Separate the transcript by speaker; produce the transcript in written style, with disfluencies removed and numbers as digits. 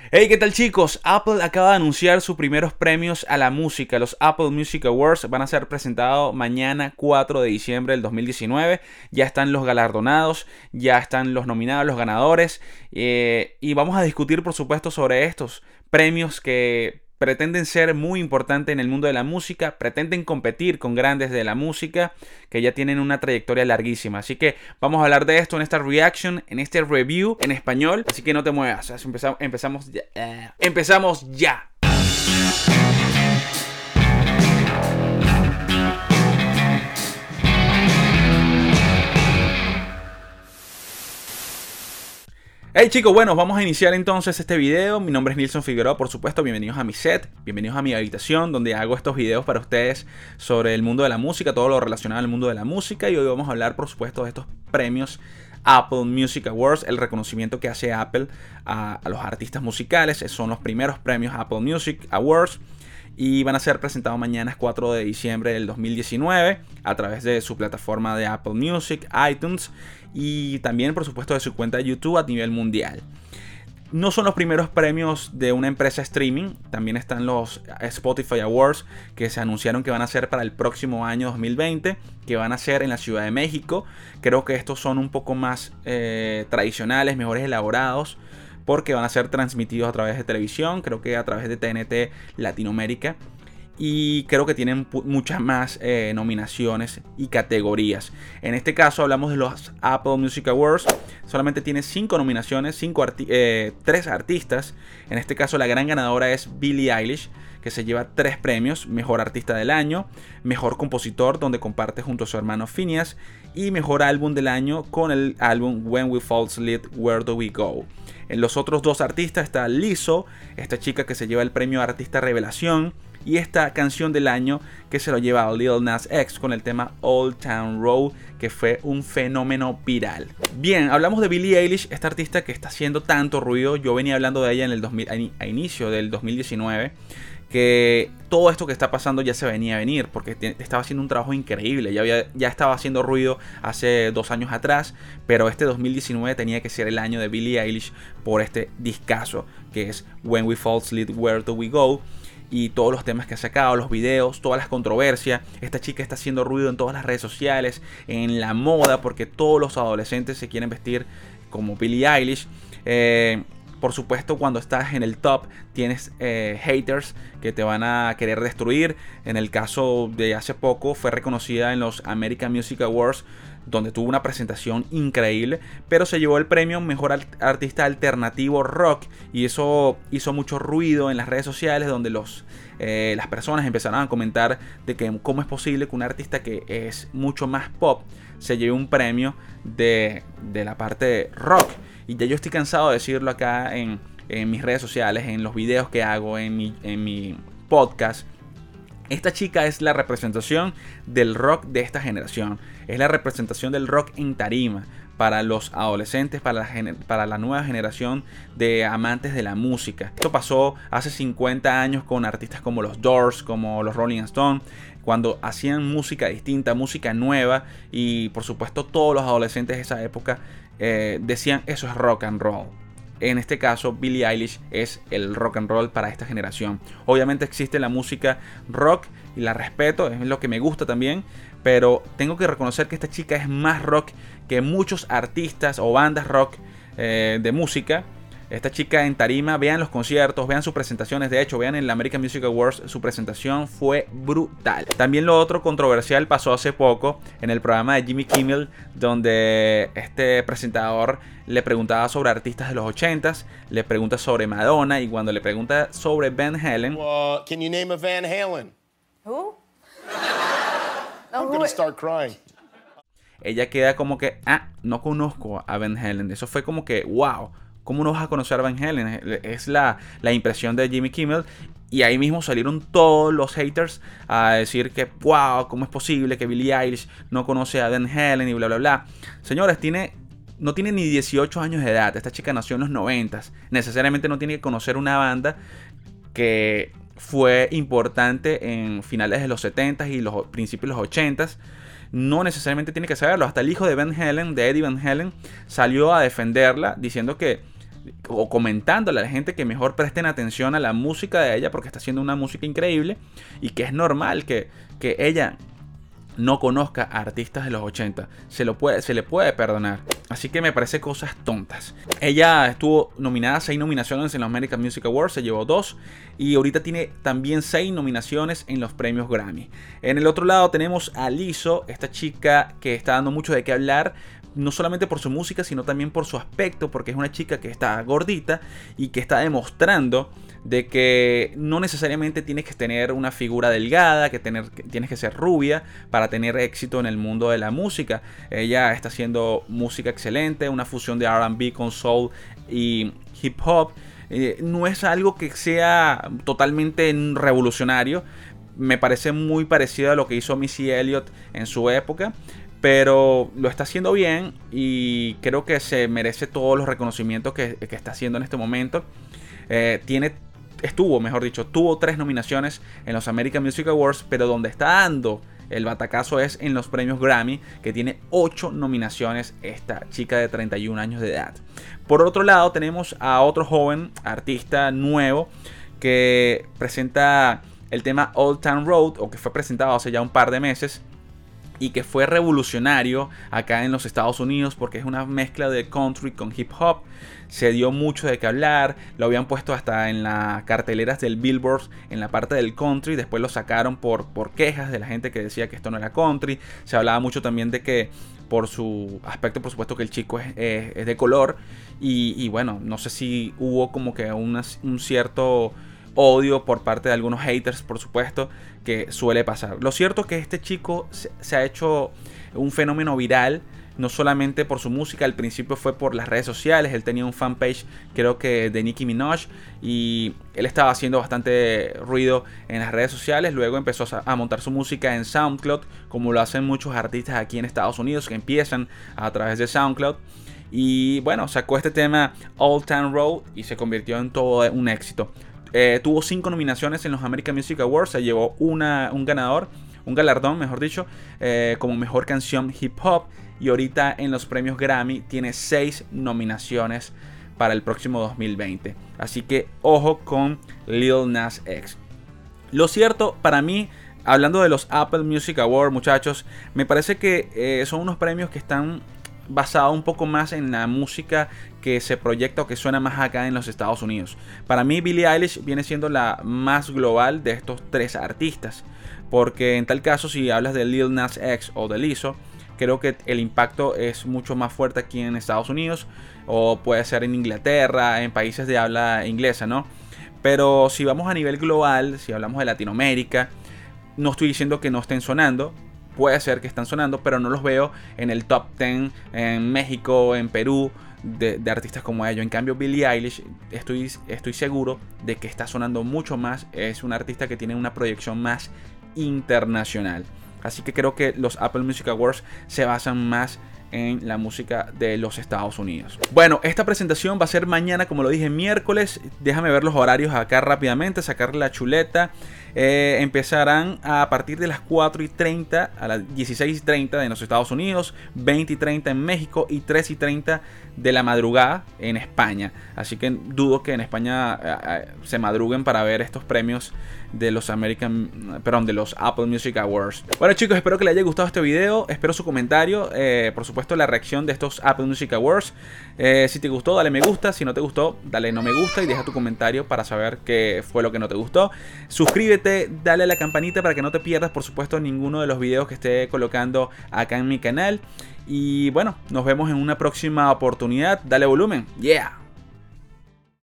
Speaker 1: Hey, ¿qué tal chicos? Apple acaba de anunciar sus primeros premios a la música. Los Apple Music Awards van a ser presentados mañana 4 de diciembre del 2019. Ya están los galardonados, ya están los nominados, los ganadores. Y vamos a discutir, por supuesto, sobre estos premios que pretenden ser muy importantes en el mundo de la música, pretenden competir con grandes de la música que ya tienen una trayectoria larguísima. Así que vamos a hablar de esto en esta reaction, en este review en español. Así que no te muevas, empezamos ya. Empezamos ya. Hey chicos, bueno, vamos a iniciar entonces este video. Mi nombre es Nilson Figueroa, por supuesto, bienvenidos a mi set, bienvenidos a mi habitación donde hago estos videos para ustedes sobre el mundo de la música, todo lo relacionado al mundo de la música. Y hoy vamos a hablar, por supuesto, de estos premios Apple Music Awards, el reconocimiento que hace Apple a los artistas musicales. Son los primeros premios Apple Music Awards y van a ser presentados mañana 4 de diciembre del 2019 a través de su plataforma de Apple Music, iTunes y también por supuesto de su cuenta de YouTube a nivel mundial. No son los primeros premios de una empresa streaming, también están los Spotify Awards que se anunciaron que van a ser para el próximo año 2020, que van a ser en la Ciudad de México. Creo que estos son un poco más tradicionales, mejores elaborados, porque van a ser transmitidos a través de televisión, creo que a través de TNT Latinoamérica. Y creo que tienen muchas más nominaciones y categorías. En este caso hablamos de los Apple Music Awards. Solamente tiene 5 nominaciones, 3 artistas. En este caso la gran ganadora es Billie Eilish, que se lleva 3 premios. Mejor artista del año, mejor compositor, donde comparte junto a su hermano Phineas, y mejor álbum del año con el álbum When We Fall Asleep, Where Do We Go. En los otros 2 artistas está Lizzo, esta chica que se lleva el premio Artista Revelación, y esta canción del año que se lo lleva a Lil Nas X con el tema Old Town Road, que fue un fenómeno viral. Bien, hablamos de Billie Eilish, esta artista que está haciendo tanto ruido. Yo venía hablando de ella en el a inicio del 2019, que todo esto que está pasando ya se venía a venir, porque estaba haciendo un trabajo increíble, ya estaba haciendo ruido hace 2 años atrás, pero este 2019 tenía que ser el año de Billie Eilish por este discazo que es When We Fall Asleep, Where Do We Go, y todos los temas que ha sacado, los videos, todas las controversias. Esta chica está haciendo ruido en todas las redes sociales, en la moda, porque todos los adolescentes se quieren vestir como Billie Eilish. Por supuesto, cuando estás en el top tienes haters que te van a querer destruir. En el caso de hace poco fue reconocida en los American Music Awards, donde tuvo una presentación increíble, pero se llevó el premio Mejor Artista Alternativo Rock, y eso hizo mucho ruido en las redes sociales, donde las personas empezaron a comentar de que cómo es posible que un artista que es mucho más pop se lleve un premio de la parte rock. Y ya yo estoy cansado de decirlo acá en mis redes sociales, en los videos que hago, en mi podcast. Esta chica es la representación del rock de esta generación. Es la representación del rock en tarima para los adolescentes, para la nueva generación de amantes de la música. Esto pasó hace 50 años con artistas como los Doors, como los Rolling Stones, cuando hacían música distinta, música nueva, y por supuesto todos los adolescentes de esa época decían eso es rock and roll. En este caso, Billie Eilish es el rock and roll para esta generación. Obviamente existe la música rock y la respeto, es lo que me gusta también, pero tengo que reconocer que esta chica es más rock que muchos artistas o bandas rock de música. Esta chica en tarima, vean los conciertos, vean sus presentaciones. De hecho, vean en la American Music Awards, su presentación fue brutal. También lo otro controversial pasó hace poco en el programa de Jimmy Kimmel, donde este presentador le preguntaba sobre artistas de los 80s, le pregunta sobre Madonna, y cuando le pregunta sobre Van Halen...
Speaker 2: Can you name a Van Halen?
Speaker 3: Who?
Speaker 2: I'm gonna start crying.
Speaker 1: Ella queda como que, no conozco a Van Halen. Eso fue como que, wow, ¿cómo no vas a conocer a Van Halen? Es la impresión de Jimmy Kimmel. Y ahí mismo salieron todos los haters a decir que, wow, ¿cómo es posible que Billie Eilish no conoce a Van Halen? Y bla, bla, bla. Señores, no tiene ni 18 años de edad. Esta chica nació en los 90s. Necesariamente no tiene que conocer una banda que fue importante en finales de los 70s y los principios de los 80s. No necesariamente tiene que saberlo. Hasta el hijo de Van Halen, de Eddie Van Halen, salió a defenderla diciendo que o comentándole a la gente que mejor presten atención a la música de ella porque está haciendo una música increíble y que es normal que ella no conozca a artistas de los 80. Se le puede perdonar. Así que me parece cosas tontas. Ella estuvo nominada a 6 nominaciones en los American Music Awards, se llevó 2. Y ahorita tiene también 6 nominaciones en los premios Grammy. En el otro lado tenemos a Lizzo, esta chica que está dando mucho de qué hablar. No solamente por su música, sino también por su aspecto, porque es una chica que está gordita y que está demostrando de que no necesariamente tienes que tener una figura delgada, tienes que ser rubia para tener éxito en el mundo de la música. Ella está haciendo música excelente, una fusión de R&B con soul y hip hop. No es algo que sea totalmente revolucionario. Me parece muy parecido a lo que hizo Missy Elliott en su época, pero lo está haciendo bien y creo que se merece todos los reconocimientos que está haciendo en este momento. Tuvo 3 nominaciones en los American Music Awards, pero donde está dando el batacazo es en los premios Grammy, que tiene 8 nominaciones esta chica de 31 años de edad. Por otro lado tenemos a otro joven artista nuevo que presenta el tema Old Town Road, o que fue presentado hace ya un par de meses, y que fue revolucionario acá en los Estados Unidos porque es una mezcla de country con hip hop. Se dio mucho de qué hablar, lo habían puesto hasta en las carteleras del Billboard en la parte del country, después lo sacaron por quejas de la gente que decía que esto no era country. Se hablaba mucho también de que por su aspecto, por supuesto que el chico es de color, y bueno, no sé si hubo como que un cierto odio por parte de algunos haters, por supuesto, que suele pasar. Lo cierto es que este chico se ha hecho un fenómeno viral, no solamente por su música. Al principio fue por las redes sociales. Él tenía un fanpage, creo que de Nicki Minaj, y él estaba haciendo bastante ruido en las redes sociales. Luego empezó a montar su música en SoundCloud, como lo hacen muchos artistas aquí en Estados Unidos que empiezan a través de SoundCloud. Y bueno, sacó este tema Old Town Road y se convirtió en todo un éxito. Tuvo 5 nominaciones en los American Music Awards. Se llevó un galardón, mejor dicho, como mejor canción hip hop. Y ahorita en los premios Grammy tiene 6 nominaciones para el próximo 2020. Así que ojo con Lil Nas X. Lo cierto, para mí, hablando de los Apple Music Awards, muchachos, me parece que son unos premios que están basados un poco más en la música que se proyecta o que suena más acá en los Estados Unidos. Para mí Billie Eilish viene siendo la más global de estos 3 artistas, porque en tal caso, si hablas de Lil Nas X o de Lizzo, creo que el impacto es mucho más fuerte aquí en Estados Unidos, o puede ser en Inglaterra, en países de habla inglesa, ¿no? Pero si vamos a nivel global, si hablamos de Latinoamérica, no estoy diciendo que no estén sonando. Puede ser que están sonando, pero no los veo en el top 10 en México, en Perú, de artistas como ellos. En cambio, Billie Eilish, estoy seguro de que está sonando mucho más. Es un artista que tiene una proyección más internacional. Así que creo que los Apple Music Awards se basan más en la música de los Estados Unidos. Bueno, esta presentación va a ser mañana, como lo dije, miércoles. Déjame ver los horarios acá rápidamente, sacarle la chuleta. Empezarán a partir de las 4:30 a las 16:30 en los Estados Unidos, 20:30 en México y 3:30 de la madrugada en España. Así que dudo que en España se madruguen para ver estos premios de los de los Apple Music Awards. Bueno, chicos, espero que les haya gustado este video. Espero su comentario, por supuesto la reacción de estos Apple Music Awards. Si te gustó, dale me gusta. Si no te gustó, dale no me gusta y deja tu comentario para saber qué fue lo que no te gustó. Suscríbete, dale a la campanita para que no te pierdas, por supuesto, ninguno de los videos que esté colocando acá en mi canal. Y bueno, nos vemos en una próxima oportunidad. Dale volumen. Yeah.